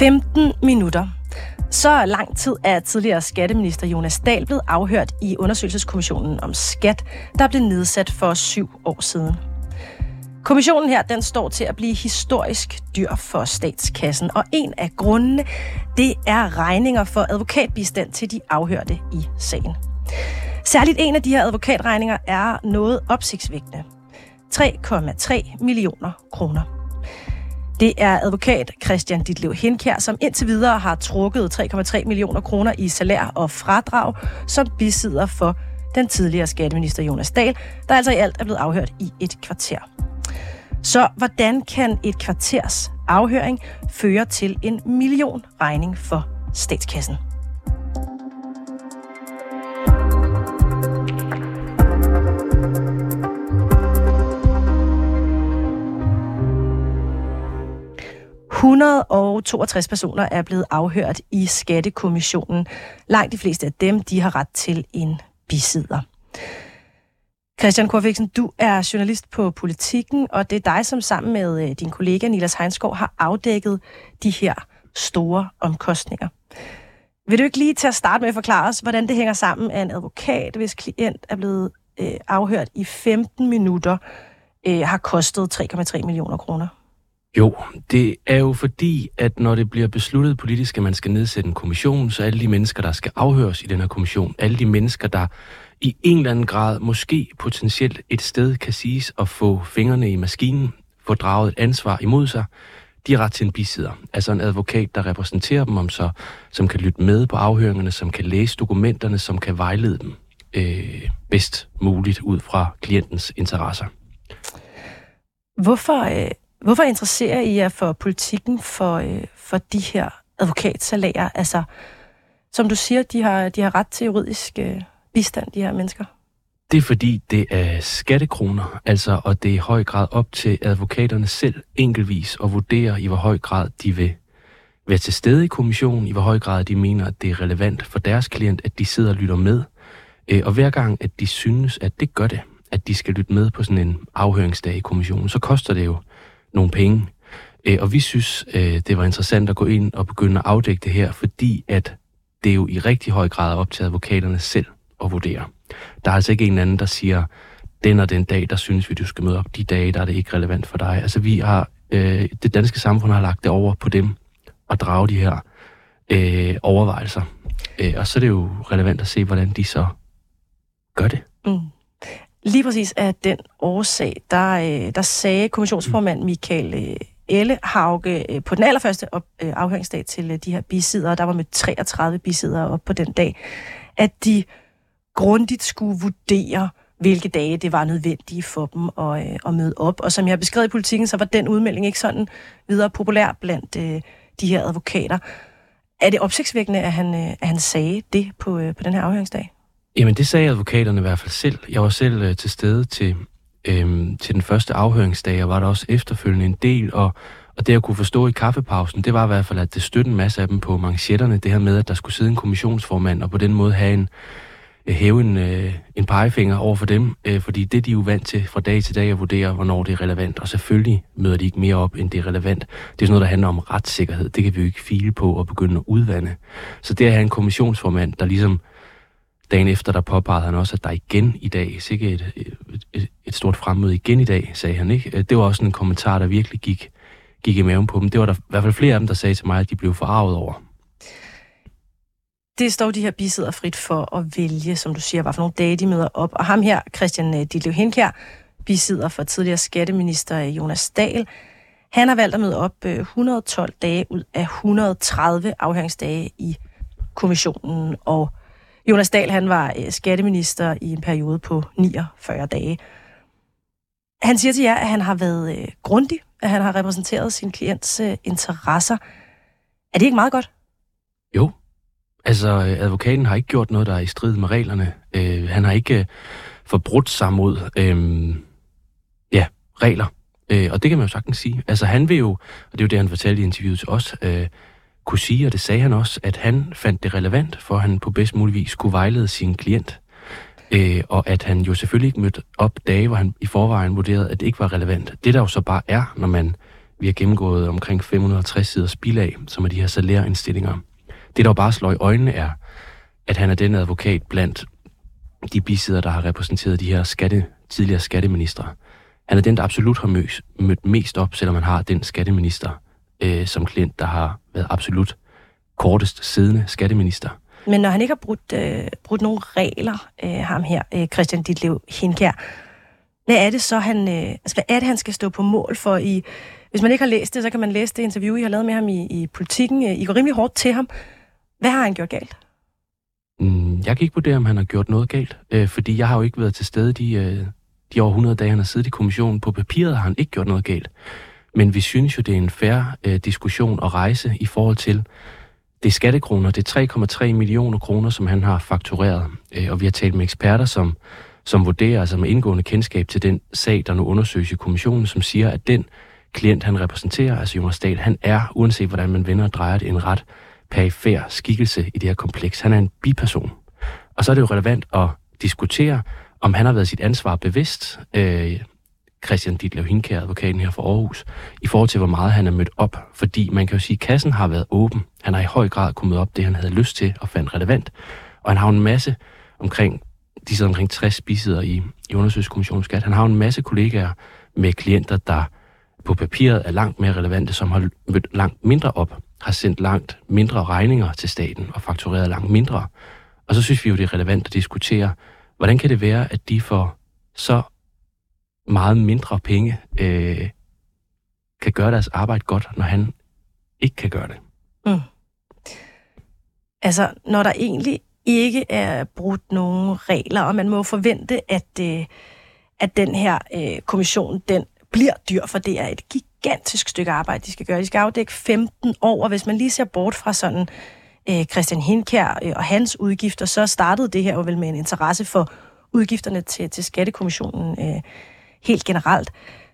15 minutter. Så lang tid er tidligere skatteminister Jonas Dahl blevet afhørt i undersøgelseskommissionen om skat, der blev nedsat for 7 år siden. Kommissionen her, den står til at blive historisk dyr for statskassen, og en af grundene, det er regninger for advokatbistand til de afhørte i sagen. Særligt en af de her advokatregninger er noget opsigtsvækkende. 3,3 millioner kroner. Det er advokat Christian Ditlev Hindkjær, som indtil videre har trukket 3,3 millioner kroner i salær og fradrag som bisidder for den tidligere skatteminister Jonas Dahl, der altså i alt er blevet afhørt i et kvarter. Så hvordan kan et kvarters afhøring føre til en millionregning for statskassen? – 162 personer er blevet afhørt i Skattekommissionen. Langt de fleste af dem, de har ret til en bisidder. Christian Corfixen, du er journalist på Politikken, og det er dig, som sammen med din kollega Nilas Heinskov har afdækket de her store omkostninger. Vil du ikke lige til at starte med at forklare os, hvordan det hænger sammen, at en advokat, hvis klient er blevet afhørt i 15 minutter, har kostet 3,3 millioner kroner? Jo, det er jo fordi, at når det bliver besluttet politisk, at man skal nedsætte en kommission, så alle de mennesker, der skal afhøres i den her kommission, alle de mennesker, der i en eller anden grad, måske potentielt et sted kan siges at få fingrene i maskinen, få draget et ansvar imod sig, de er ret til en bisidder. Altså en advokat, der repræsenterer dem, som kan lytte med på afhøringerne, som kan læse dokumenterne, som kan vejlede dem bedst muligt ud fra klientens interesser. Hvorfor interesserer I jer for Politikken for de her advokatsalærer? Altså, som du siger, de har ret til juridisk bistand, de her mennesker. Det er fordi, det er skattekroner, altså, og det er i høj grad op til advokaterne selv enkeltvis at vurdere, i hvor høj grad de vil være til stede i kommissionen, i hvor høj grad de mener, at det er relevant for deres klient, at de sidder og lytter med. Og hver gang, at de synes, at det gør det, at de skal lytte med på sådan en afhøringsdag i kommissionen, så koster det jo nogle penge. Og vi synes, det var interessant at gå ind og begynde at afdække det her, fordi at det er jo i rigtig høj grad op til advokaterne selv at vurdere. Der er altså ikke en anden, der siger, den og den dag, der synes vi, du skal møde op. De dage, der er det ikke relevant for dig. Altså vi har, det danske samfund har lagt det over på dem at drage de her overvejelser. Og så er det jo relevant at se, hvordan de så gør det. Mm. Lige præcis af den årsag, der sagde kommissionsformand Michael Ellehauge på den allerførste afhøringsdag til de her bisidder, der var med 33 bisidder op på den dag, at de grundigt skulle vurdere, hvilke dage det var nødvendige for dem at møde op. Og som jeg har beskrevet i Politikken, så var den udmelding ikke sådan videre populær blandt de her advokater. Er det opsigtsvækkende, at han sagde det på den her afhøringsdag? Jamen, det sagde advokaterne i hvert fald selv. Jeg var selv til stede til den første afhøringsdag, og var der også efterfølgende en del, og det jeg kunne forstå i kaffepausen, det var i hvert fald, at det støttede en masse af dem på manchetterne, det her med, at der skulle sidde en kommissionsformand, og på den måde hæve en pegefinger over for dem, fordi det de er jo vant til fra dag til dag at vurdere, hvornår det er relevant, og selvfølgelig møder de ikke mere op, end det er relevant. Det er sådan noget, der handler om retssikkerhed. Det kan vi jo ikke file på og begynde at udvande. Så det at have en kommissionsformand, der ligesom dagen efter, der påpegede han også, at der igen i dag, sikkert et stort fremmøde igen i dag, sagde han, ikke? Det var også en kommentar, der virkelig gik i maven på dem. Det var der i hvert fald flere af dem, der sagde til mig, at de blev forarvet over. Det står de her bisidder frit for at vælge, som du siger, hvad for nogle dage de møder op. Og ham her, Christian Ditlev Hindkjær, bisidder for tidligere skatteminister Jonas Dahl, han har valgt at møde op 112 dage ud af 130 afhøringsdage i kommissionen, og Jonas Dahl, han var skatteminister i en periode på 49 dage. Han siger til jer, at han har været grundig, at han har repræsenteret sin klients interesser. Er det ikke meget godt? Jo. Altså, advokaten har ikke gjort noget, der er i strid med reglerne. Han har ikke forbrudt sig mod regler. Og det kan man jo sagtens sige. Altså, han vil jo, og det er jo det, han fortalte i interviewet til os, kunne sige, og det sagde han også, at han fandt det relevant, for han på bedst mulig vis kunne vejlede sin klient. Og at han jo selvfølgelig ikke mødte op dage, hvor han i forvejen vurderede, at det ikke var relevant. Det der jo så bare er, når man Vi har gennemgået omkring 560 siders bilag, som er de her salærindstillinger. Det, der bare slår i øjnene, er, at han er den advokat blandt de bisidder, der har repræsenteret de her tidligere skatteministre. Han er den, der absolut har mødt mest op, selvom man har den skatteminister som klient, der har været absolut kortest siddende skatteminister. Men når han ikke har brudt nogle regler, ham her, Christian Ditlev Hindkjær, hvad er det så, han skal stå på mål for i... Hvis man ikke har læst det, så kan man læse det interview, I har lavet med ham i Politikken. I går rimelig hårdt til ham. Hvad har han gjort galt? Jeg kan ikke vurdere, om han har gjort noget galt, fordi jeg har jo ikke været til stede de over 100 dage, han har siddet i kommissionen. På papiret har han ikke gjort noget galt. Men vi synes jo, det er en fair diskussion at rejse i forhold til det er skattekroner. Det er 3,3 millioner kroner, som han har faktureret. Og vi har talt med eksperter, som vurderer, altså med indgående kendskab til den sag, der nu undersøges i kommissionen, som siger, at den klient, han repræsenterer, altså Jonas Dahl, han er, uanset hvordan man vender og drejer det, en ret perifær skikkelse i det her kompleks. Han er en biperson. Og så er det jo relevant at diskutere, om han har været sit ansvar bevidst, Christian Ditlev Hindkjær, advokaten her fra Aarhus, i forhold til, hvor meget han er mødt op. Fordi man kan jo sige, at kassen har været åben. Han har i høj grad kommet op det, han havde lyst til og fandt relevant. Og han har en masse omkring 60 bisidder i undersøgelseskommissionen skat. Han har en masse kollegaer med klienter, der på papiret er langt mere relevante, som har mødt langt mindre op, har sendt langt mindre regninger til staten og faktureret langt mindre. Og så synes vi jo, det er relevant at diskutere, hvordan kan det være, at de får så meget mindre penge kan gøre deres arbejde godt, når han ikke kan gøre det. Altså, når der egentlig ikke er brudt nogen regler, og man må forvente, at den her kommission, den bliver dyr, for det er et gigantisk stykke arbejde, de skal gøre. De skal afdække 15 år, og hvis man lige ser bort fra sådan Christian Hindkjær og hans udgifter, så startede det her jo vel med en interesse for udgifterne til skattekommissionen helt generelt.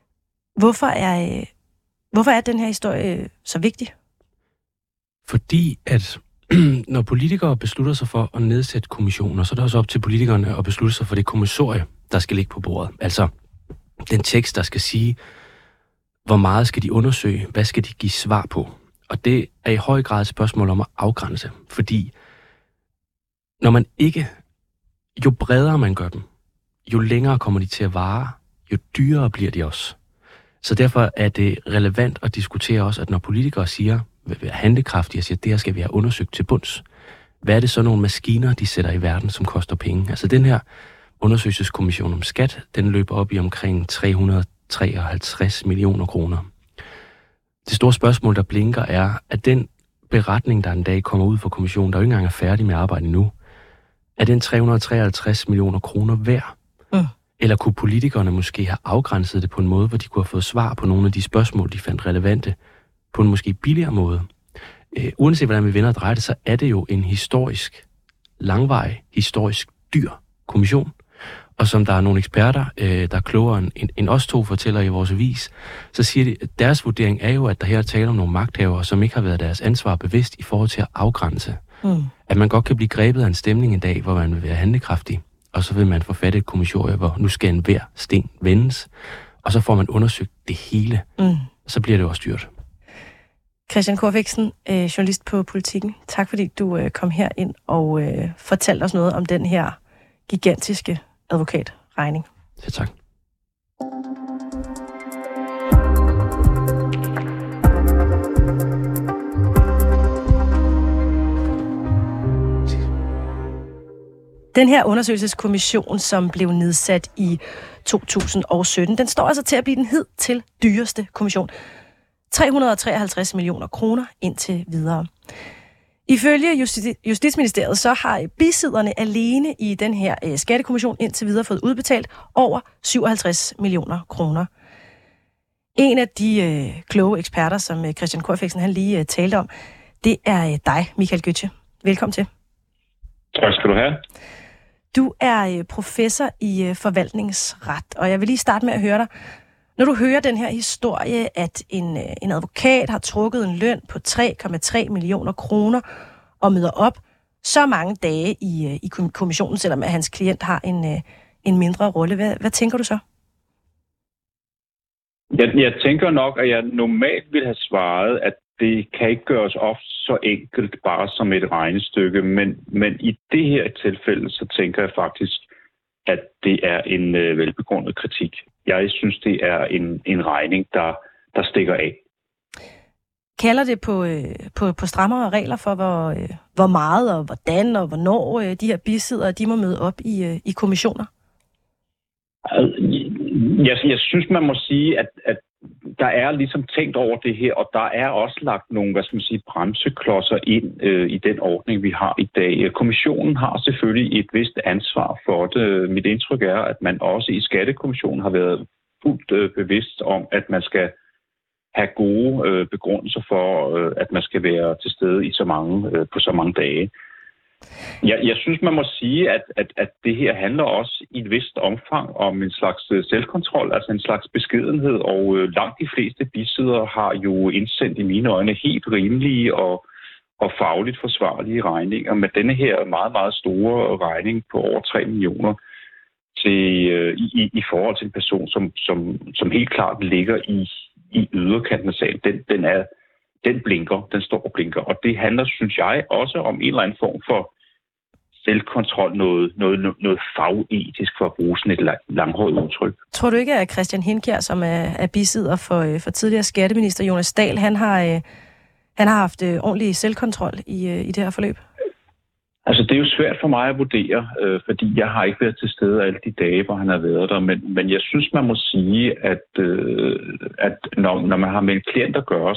Hvorfor er den her historie så vigtig? Fordi at når politikere beslutter sig for at nedsætte kommissioner, så er det også op til politikerne at beslutte sig for det kommissorie, der skal ligge på bordet. Altså den tekst, der skal sige, hvor meget skal de undersøge, hvad skal de give svar på. Og det er i høj grad et spørgsmål om at afgrænse, fordi når man ikke, jo bredere man gør dem, jo længere kommer de til at vare, jo dyrere bliver de også. Så derfor er det relevant at diskutere også, at når politikere siger, være handlekraftige og siger, at det her skal vi have undersøgt til bunds. Hvad er det så nogle maskiner, de sætter i verden, som koster penge? Altså den her undersøgelseskommission om skat, den løber op i omkring 353 millioner kroner. Det store spørgsmål, der blinker, er, at den beretning, der en dag kommer ud fra kommissionen, der jo ikke engang er færdig med arbejde endnu, er den 353 millioner kroner værd? Eller kunne politikerne måske have afgrænset det på en måde, hvor de kunne have fået svar på nogle af de spørgsmål, de fandt relevante, på en måske billigere måde? Uanset hvordan vi vender og drejer det, så er det jo en historisk, langvarig, historisk dyr kommission. Og som der er nogle eksperter, der er klogere end os to fortæller i vores avis, så siger de, at deres vurdering er jo, at der her taler om nogle magthavere, som ikke har været deres ansvar bevidst i forhold til at afgrænse. At man godt kan blive grebet af en stemning en dag, hvor man vil være handlekraftig, og så vil man forfatte et kommissorie, hvor nu skal enhver sten vendes, og så får man undersøgt det hele. Så bliver det også dyrt. Christian Corfixen, journalist på Politikken. Tak fordi du kom her ind og fortalte os noget om den her gigantiske advokatregning. Ja, tak. Den her undersøgelseskommission, som blev nedsat i 2017, den står altså til at blive den hidtil dyreste kommission. 353 millioner kroner indtil videre. Ifølge Justitsministeriet så har bisidderne alene i den her skattekommission indtil videre fået udbetalt over 57 millioner kroner. En af de kloge eksperter, som Christian Corfixen han lige talte om, det er dig, Michael Gøtze. Velkommen til. Tak skal du have. Du er professor i forvaltningsret, og jeg vil lige starte med at høre dig. Når du hører den her historie, at en advokat har trukket en løn på 3,3 millioner kroner og møder op så mange dage i kommissionen, selvom at hans klient har en mindre rolle, hvad tænker du så? Jeg tænker nok, at jeg normalt ville have svaret, at det kan ikke gøres ofte så enkelt bare som et regnestykke, men i det her tilfælde, så tænker jeg faktisk, at det er en velbegrundet kritik. Jeg synes, det er en regning, der stikker af. Kalder det på strammere regler for, hvor meget og hvordan og hvornår de her bisiddere, de må møde op i kommissioner? Jeg synes, man må sige, at der er ligesom tænkt over det her, og der er også lagt nogle, bremseklodser ind i den ordning, vi har i dag. Kommissionen har selvfølgelig et vist ansvar for det. Mit indtryk er, at man også i Skattekommissionen har været fuldt bevidst om, at man skal have gode begrundelser for, at man skal være til stede på så mange dage. Jeg synes, man må sige, at det her handler også i et vist omfang om en slags selvkontrol, altså en slags beskedenhed, og langt de fleste bisiddere har jo indsendt i mine øjne helt rimelige og fagligt forsvarlige regninger. Med denne her meget, meget store regning på over 3 millioner i forhold til en person, som helt klart ligger i yderkanten af sagen, den blinker, den står og blinker. Og det handler, synes jeg, også om en eller anden form for selvkontrol, noget fagetisk, for at bruge sådan et langhåret udtryk. Tror du ikke, at Christian Hendkjær, som er bisidder for tidligere skatteminister Jonas Dahl, han har haft ordentlig selvkontrol i det her forløb? Altså, det er jo svært for mig at vurdere, fordi jeg har ikke været til stede alle de dage, hvor han har været der. Men jeg synes, man må sige, at når man har med en klient at gøre,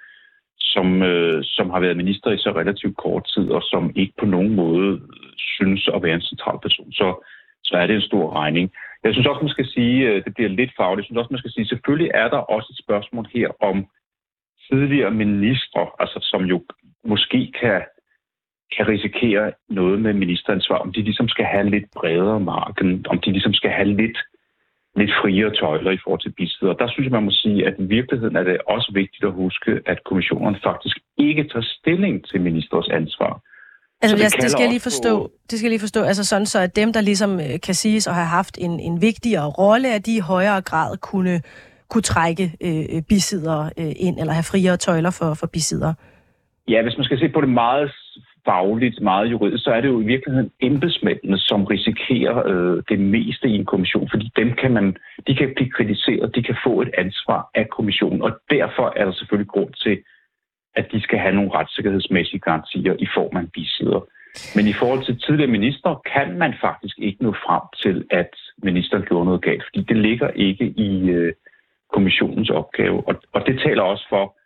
som har været minister i så relativt kort tid, og som ikke på nogen måde synes at være en central person, så er det en stor regning. Jeg synes også, man skal sige, det bliver lidt fagligt, jeg synes også, man skal sige, selvfølgelig er der også et spørgsmål her om tidligere ministre, altså som jo måske kan risikere noget med ministeransvar, om de ligesom skal have lidt bredere marken, om de ligesom skal have lidt friere tøjler i forhold til bisidder. Der synes jeg, man må sige, at i virkeligheden er det også vigtigt at huske, at kommissionerne faktisk ikke tager stilling til ministers ansvar. Altså, det skal jeg lige forstå, altså sådan så, at dem, der ligesom kan siges at have haft en vigtigere rolle, at de i højere grad kunne trække bisiddere ind, eller have friere tøjler for bisiddere. Ja, hvis man skal se på det meget fagligt, meget juridisk, så er det jo i virkeligheden embedsmændene, som risikerer det meste i en kommission, fordi de kan blive kritiseret, de kan få et ansvar af kommissionen, og derfor er der selvfølgelig grund til, at de skal have nogle retssikkerhedsmæssige garantier i form af en bisidder. Men i forhold til tidligere minister, kan man faktisk ikke nå frem til, at ministeren gjorde noget galt, fordi det ligger ikke i kommissionens opgave, og det taler også for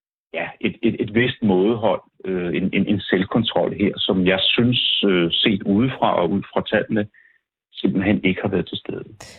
et vist mådehold, en selvkontrol her, som jeg synes, set udefra og ud fra tallene, simpelthen ikke har været til stede.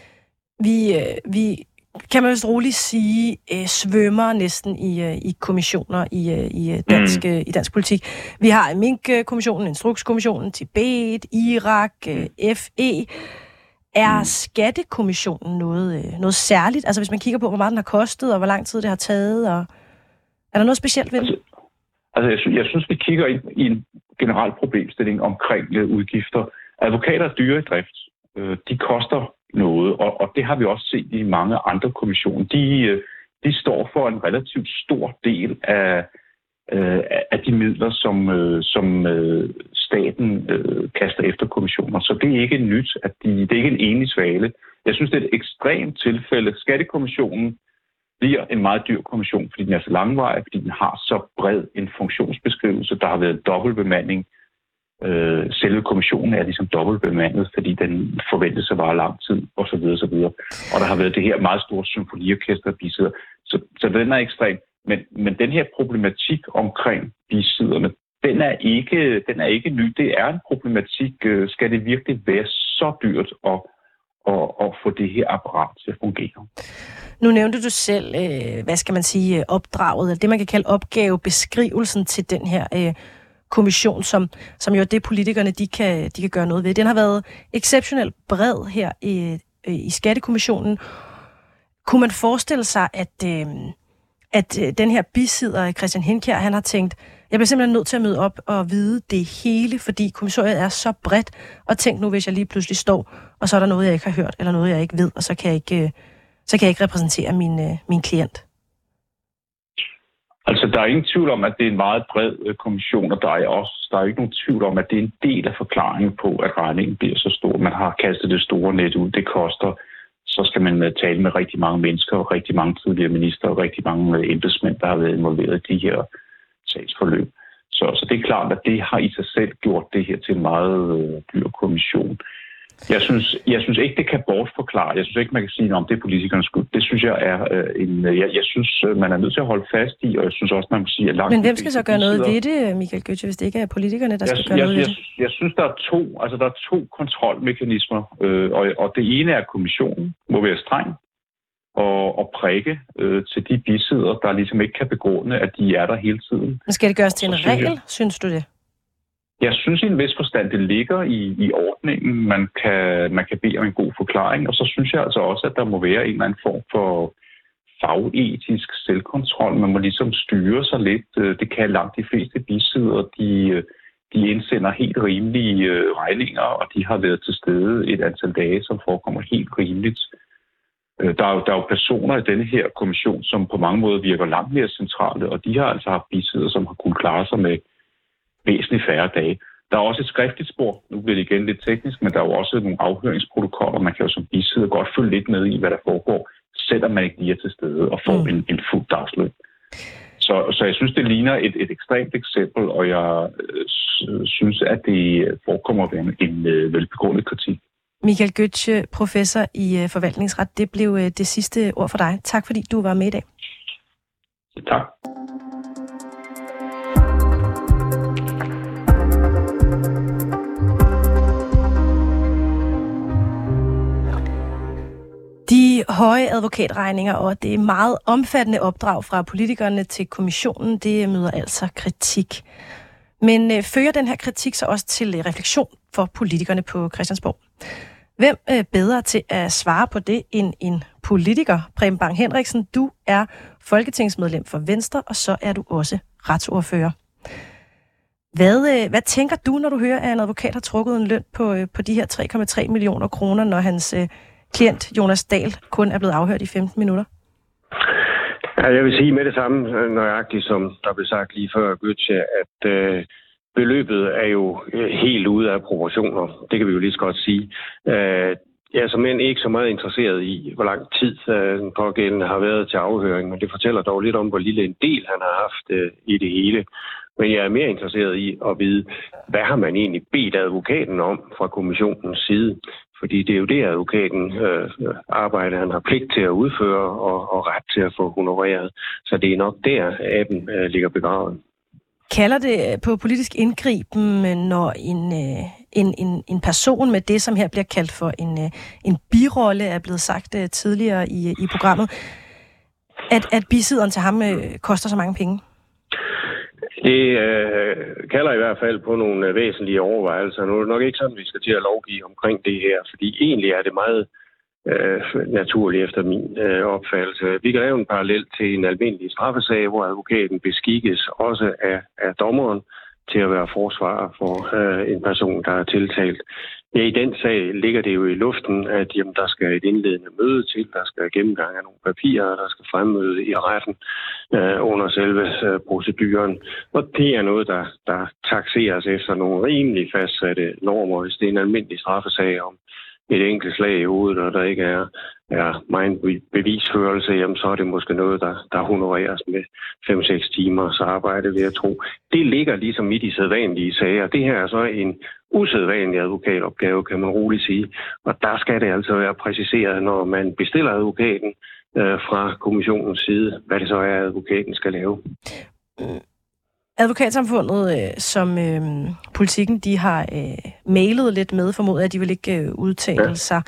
Vi kan man vist roligt sige, svømmer næsten i kommissioner i dansk politik. Vi har Mink-kommissionen, Instrukskommissionen, Tibet, Irak, FE. Er Skattekommissionen noget særligt? Altså hvis man kigger på, hvor meget den har kostet, og hvor lang tid det har taget, og er der noget specielt ved det? Altså jeg synes, vi kigger i en generel problemstilling omkring udgifter. Advokater er dyre i drift. De koster noget, og det har vi også set i mange andre kommissioner. De står for en relativt stor del af de midler, som staten kaster efter kommissioner. Så det er ikke nyt, det er ikke en enig svale. Jeg synes, det er et ekstremt tilfælde. Skattekommissionen bliver en meget dyr kommission, fordi den er så langvarig, fordi den har så bred en funktionsbeskrivelse. Der har været dobbeltbemanding. Selve kommissionen er ligesom dobbeltbemandet, fordi den forventes at vare lang tid, osv. osv. Og der har været det her meget store symfoniorkester bisidder. Så den er ekstrem. Men den her problematik omkring bisidderne, den er ikke ny. Det er en problematik. Skal det virkelig være så dyrt at få det her apparat til at fungere? Nu nævnte du selv, opdraget, eller det man kan kalde opgavebeskrivelsen til den her kommission, som jo er det, politikerne de kan gøre noget ved. Den har været exceptionelt bred her i Skattekommissionen. Kunne man forestille sig, at den her bisidder, Christian Hendkjær, han har tænkt, jeg bliver simpelthen nødt til at møde op og vide det hele, fordi kommissoriet er så bredt, og tænk nu, hvis jeg lige pludselig står, og så er der noget, jeg ikke har hørt, eller noget, jeg ikke ved, og så kan jeg så kan jeg ikke repræsentere min klient. Altså, der er ingen tvivl om, at det er en meget bred kommission, og der er ikke nogen tvivl om, at det er en del af forklaringen på, at regningen bliver så stor. Man har kastet det store net ud, det koster. Så skal man tale med rigtig mange mennesker, og rigtig mange tidligere minister, og rigtig mange embedsmænd, der har været involveret i de her sagsforløb. Så det er klart, at det har i sig selv gjort det her til en meget dyr kommission. Jeg synes ikke, det kan bortforklare. Jeg synes ikke, man kan sige, om det er politikernes skyld. Det synes jeg er jeg synes, man er nødt til at holde fast i, og jeg synes også, man må sige, at langt... Men hvem skal så gøre noget ved det, Michael Gøtzsche, hvis det ikke er politikerne, der skal gøre noget ved det? Jeg synes, der er to kontrolmekanismer, og det ene er, at kommissionen må være streng og prikke til de bisidder, der ligesom ikke kan begrunde, at de er der hele tiden. Men skal det gøres til en regel, synes du det? Jeg synes i en vis forstand, det ligger i ordningen. Man kan bede om en god forklaring, og så synes jeg altså også, at der må være en eller anden form for fagetisk selvkontrol. Man må ligesom styre sig lidt. Det kan langt de fleste bisidder. De indsender helt rimelige regninger, og de har været til stede et antal dage, som forekommer helt rimeligt. Der er jo personer i denne her kommission, som på mange måder virker langt mere centrale, og de har altså haft bisidder, som har kunnet klare sig med væsentligt færre dage. Der er også et skriftligt spor. Nu bliver det igen lidt teknisk, men der er jo også nogle afhøringsprotokoller. Man kan jo som bisidder godt følge lidt med i, hvad der foregår, selvom man ikke lige er til stede og får en fuld dagsløn. Så jeg synes, det ligner et ekstremt eksempel, og jeg synes, at det forekommer at være en velbegrundet kritik. Michael Gøtzsche, professor i forvaltningsret. Det blev det sidste ord for dig. Tak fordi du var med i dag. Tak. De høje advokatregninger og det meget omfattende opdrag fra politikerne til kommissionen, det møder altså kritik. Men fører den her kritik så også til refleksion for politikerne på Christiansborg? Hvem bedre til at svare på det end en politiker? Preben Bang Henriksen, du er folketingsmedlem for Venstre, og så er du også retsordfører. Hvad tænker du, når du hører, at en advokat har trukket en løn på de her 3,3 millioner kroner, når hans klient Jonas Dahl kun er blevet afhørt i 15 minutter? Ja, jeg vil sige med det samme nøjagtigt, som der blev sagt lige før, Gøtzsche, at beløbet er jo helt ude af proportioner. Det kan vi jo lige så godt sige. Jeg er som end ikke så meget interesseret i, hvor lang tid den pågældende har været til afhøring, men det fortæller dog lidt om, hvor lille en del han har haft i det hele. Men jeg er mere interesseret i at vide, hvad har man egentlig bedt advokaten om fra kommissionens side? Fordi det er jo det, advokaten arbejder, han har pligt til at udføre og ret til at få honoreret. Så det er nok der, aben ligger begravet. Kalder det på politisk indgriben, når en person med det, som her bliver kaldt for en birolle, er blevet sagt tidligere i programmet, at bisidderen til ham koster så mange penge? Det kalder i hvert fald på nogle væsentlige overvejelser. Nu er det nok ikke sådan, at vi skal til at lovgive omkring det her, fordi egentlig er det meget naturligt efter min opfattelse. Vi kan lave en parallel til en almindelig straffesag, hvor advokaten beskikkes også af dommeren til at være forsvarer for en person, der er tiltalt. Ja, i den sag ligger det jo i luften, at der skal et indledende møde til, der skal gennemgang af nogle papirer, der skal fremmøde i retten under selve proceduren. Og det er noget, der takseres efter nogle rimelig fastsatte normer. Hvis det er en almindelig straffesag om et enkelt slag i hovedet, og der ikke er meget bevisførelse, jamen så er det måske noget, der honoreres med 5-6 timers arbejde, vil jeg tro. Det ligger ligesom i de sædvanlige sager. Det her er så en usædvanlig advokatopgave, kan man roligt sige. Og der skal det altså være præciseret, når man bestiller advokaten fra kommissionens side, hvad det så er, advokaten skal lave. Advokatsamfundet, som Politikken, de har mailet lidt med, formodet at de vil ikke udtale sig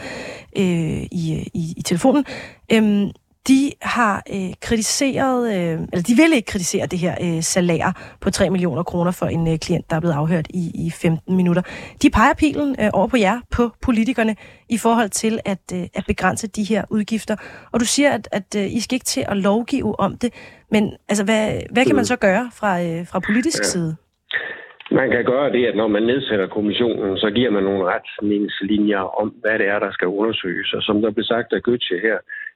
i telefonen. De har kritiseret, eller de vil ikke kritisere det her salær på 3 millioner kroner for en klient, der er blevet afhørt i 15 minutter. De peger pilen over på jer, på politikerne, i forhold til at begrænse de her udgifter. Og du siger, at I skal ikke til at lovgive om det, men altså, hvad kan man så gøre fra politisk side? Man kan gøre det, at når man nedsætter kommissionen, så giver man nogle retningslinjer om, hvad det er, der skal undersøges. Og som der blev sagt af Gøtzsche her,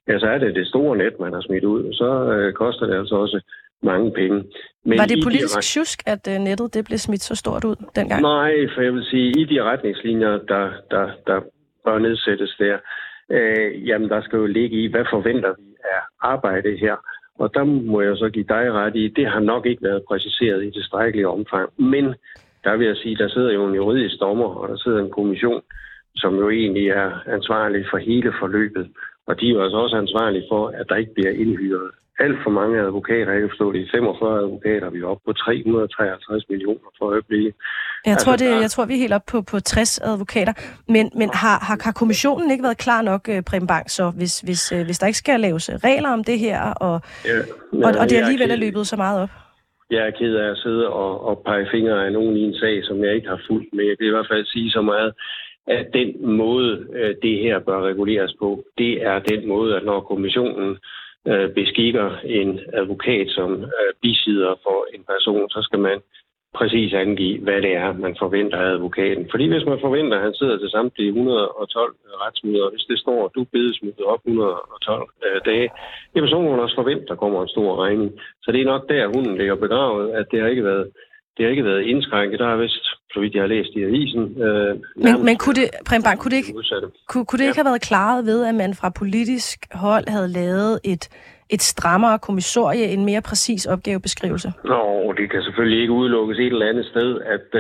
ja, så er det store net, man har smidt ud. Så koster det altså også mange penge. Men var det politisk sjusk, at nettet det blev smidt så stort ud dengang? Nej, for jeg vil sige, i de retningslinjer, der bør nedsættes der, jamen der skal jo ligge i, hvad forventer vi af arbejde her? Og der må jeg så give dig ret i, det har nok ikke været præciseret i tilstrækkeligt omfang. Men der vil jeg sige, der sidder jo en juridisk dommer, og der sidder en kommission, som jo egentlig er ansvarlig for hele forløbet. Og de er jo altså også ansvarlige for, at der ikke bliver indhyret alt for mange advokater. Jeg kan forstå, det er 45 advokater, vi er oppe på 353 millioner for øjeblikket. Jeg tror, vi er helt oppe på 60 advokater. Men har kommissionen ikke været klar nok, Preben Bang, så hvis der ikke skal laves regler om det her, og det alligevel er løbet så meget op? Jeg er ked af at sidde og pege fingre af nogen i en sag, som jeg ikke har fulgt med. Jeg kan i hvert fald sige så meget, at den måde, det her bør reguleres på, det er den måde, at når kommissionen beskikker en advokat som bisidder for en person, så skal man præcis angive, hvad det er, man forventer af advokaten. Fordi hvis man forventer, at han sidder til samtlige 112 retsmøder, hvis det står, at du bedes møde op 112 dage, jamen så må man også forvente, at der kommer en stor regning. Så det er nok der, hunden ligger begravet, at det har ikke været indskrænket. Der er vist, så vidt jeg har læst i avisen. Men kunne det, Preben Bang, kunne det ikke have været klaret ved, at man fra politisk hold havde lavet et strammere kommissorie, en mere præcis opgavebeskrivelse? Nå, det kan selvfølgelig ikke udelukkes et eller andet sted,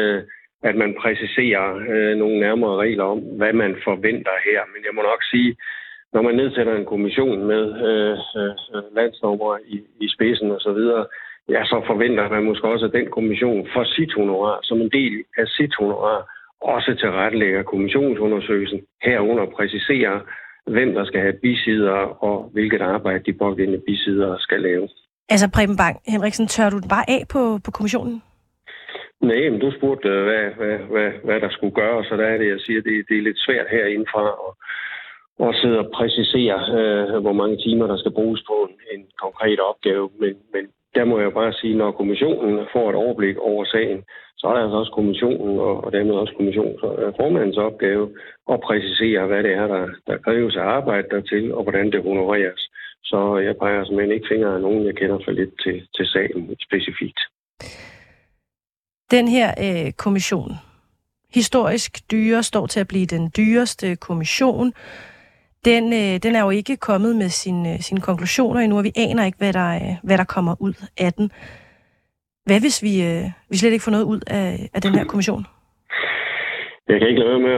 at man præciserer nogle nærmere regler om, hvad man forventer her. Men jeg må nok sige, når man nedsætter en kommission med landsdommer i spidsen osv., ja, så forventer man måske også, at den kommission får sit honorar, som en del af sit honorar, også tilrettelægger kommissionsundersøgelsen, herunder præciserer, hvem der skal have bisidder, og hvilket arbejde de pågældende bisidder skal lave. Altså Preben Bang Henriksen, tør du den bare af på kommissionen? Nej, men du spurgte, hvad der skulle gøres, så der er det, jeg siger, det er lidt svært herindefra at sidde og præcisere, hvor mange timer der skal bruges på en konkret opgave, men der må jeg bare sige, når kommissionen får et overblik over sagen, så er der altså også kommissionen, og dermed også kommissionsformandens opgave at præcisere, hvad det er, der kræves af arbejde dertil, og hvordan det honoreres. Så jeg peger simpelthen ikke fingre af nogen, jeg kender for lidt til sagen specifikt. Den her kommission, historisk dyre, står til at blive den dyreste kommission. Den er jo ikke kommet med sine konklusioner endnu, og vi aner ikke, hvad der kommer ud af den. Hvad hvis vi slet ikke får noget ud af den her kommission? Jeg kan ikke lade være med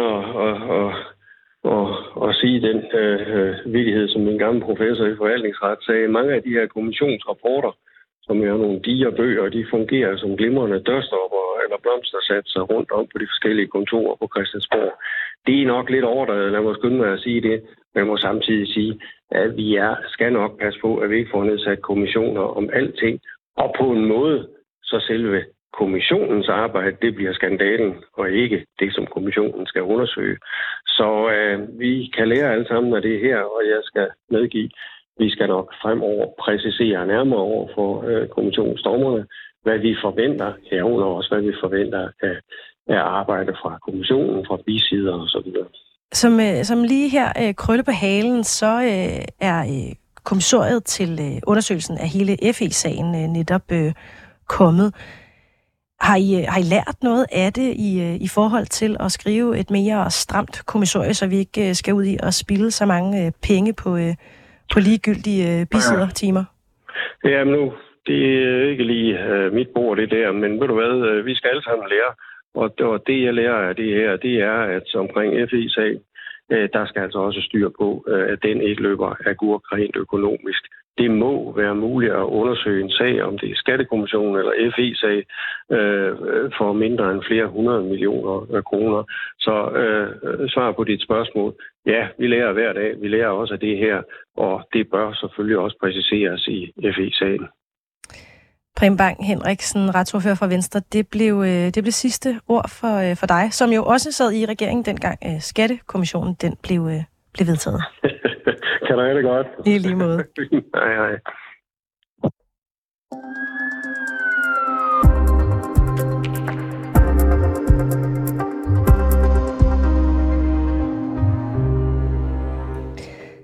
at sige den vittighed, som min gamle professor i forvaltningsret sagde. Mange af de her kommissionsrapporter, som er nogle digerbøger, de fungerer som glimrende dørstopper eller blomstersatser rundt om på de forskellige kontorer på Christiansborg. Det er nok lidt overdrevet, lad mig skynde mig at sige det. Men jeg må samtidig sige, at vi skal nok passe på, at vi ikke får nedsat kommissioner om alting. Og på en måde, så selve kommissionens arbejde, det bliver skandalen, og ikke det, som kommissionen skal undersøge. Så vi kan lære alle sammen af det her, og jeg skal medgive, vi skal nok fremover præcisere nærmere over for kommissionsdommerne, hvad vi forventer herunder også, hvad vi forventer af arbejde fra kommissionen, fra bisider og så videre. Som lige her krølle på halen, så er kommissoriet til undersøgelsen af hele FE-sagen netop kommet. Har I lært noget af det i forhold til at skrive et mere stramt kommissorie, så vi ikke skal ud i at spilde så mange penge på ligegyldige bisiddertimer? Jamen nu, det er ikke lige mit bord det der, men ved du hvad, vi skal alle sammen lære. Og det jeg lærer af det her, det er, at omkring FE-sag, der skal altså også styr på, at den ikke løber agurk rent økonomisk. Det må være muligt at undersøge en sag, om det er skattekommissionen eller FE-sag, for mindre end flere 100 millioner kroner. Så svar på dit spørgsmål. Ja, vi lærer hver dag. Vi lærer også af det her, og det bør selvfølgelig også præciseres i FE-sagen. Preben Bang Henriksen, retsordfører fra Venstre, det blev sidste ord for dig, som jo også sad i regeringen dengang skattekommissionen den blev vedtaget. Kan du have det godt? I lige måde. Hej.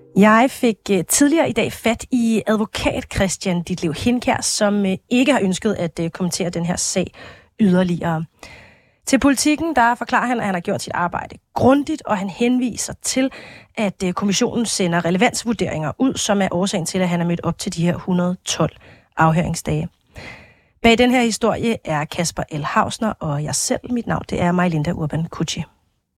Jeg fik tidligere i dag fat i advokat Christian Ditlev Hindkjær, som ikke har ønsket at kommentere den her sag yderligere. Til Politikken, der forklarer han, at han har gjort sit arbejde grundigt, og han henviser til, at kommissionen sender relevansvurderinger ud, som er årsagen til, at han er mødt op til de her 112 afhøringsdage. Bag den her historie er Kasper L. Hausner og jeg selv. Mit navn det er Majlinda Urban Kutschi.